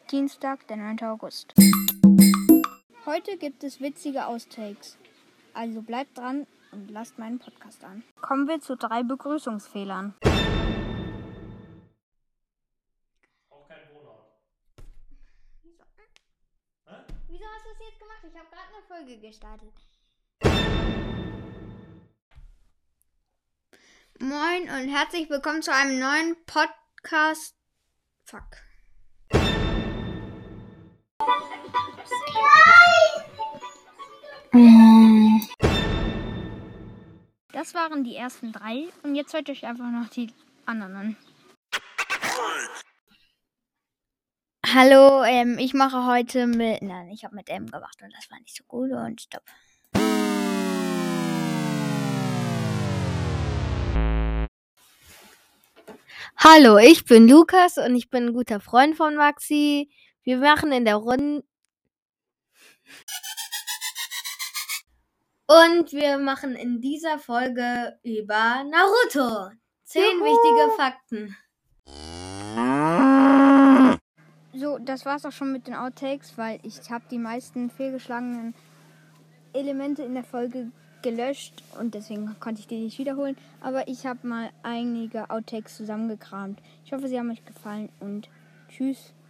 Dienstag, der 9. August. Heute gibt es witzige Outtakes. Also bleibt dran und lasst meinen Podcast an. Kommen wir zu 3 Begrüßungsfehlern. Auch kein Wohnort. Wieso? Hä? Wieso hast du es jetzt gemacht? Ich habe gerade eine Folge gestartet. Moin und herzlich willkommen zu einem neuen Podcast. Fuck. Das waren die ersten 3 und jetzt hört euch einfach noch die anderen an. Hallo, ich mache heute mit... Nein, ich habe mit M gemacht und das war nicht so gut und stopp. Hallo, ich bin Lukas und ich bin ein guter Freund von Maxi. Wir machen in der Runde und wir machen in dieser Folge über Naruto. 10 wichtige Fakten. So, das war's auch schon mit den Outtakes, weil ich habe die meisten fehlgeschlagenen Elemente in der Folge gelöscht und deswegen konnte ich die nicht wiederholen. Aber ich habe mal einige Outtakes zusammengekramt. Ich hoffe, sie haben euch gefallen und tschüss.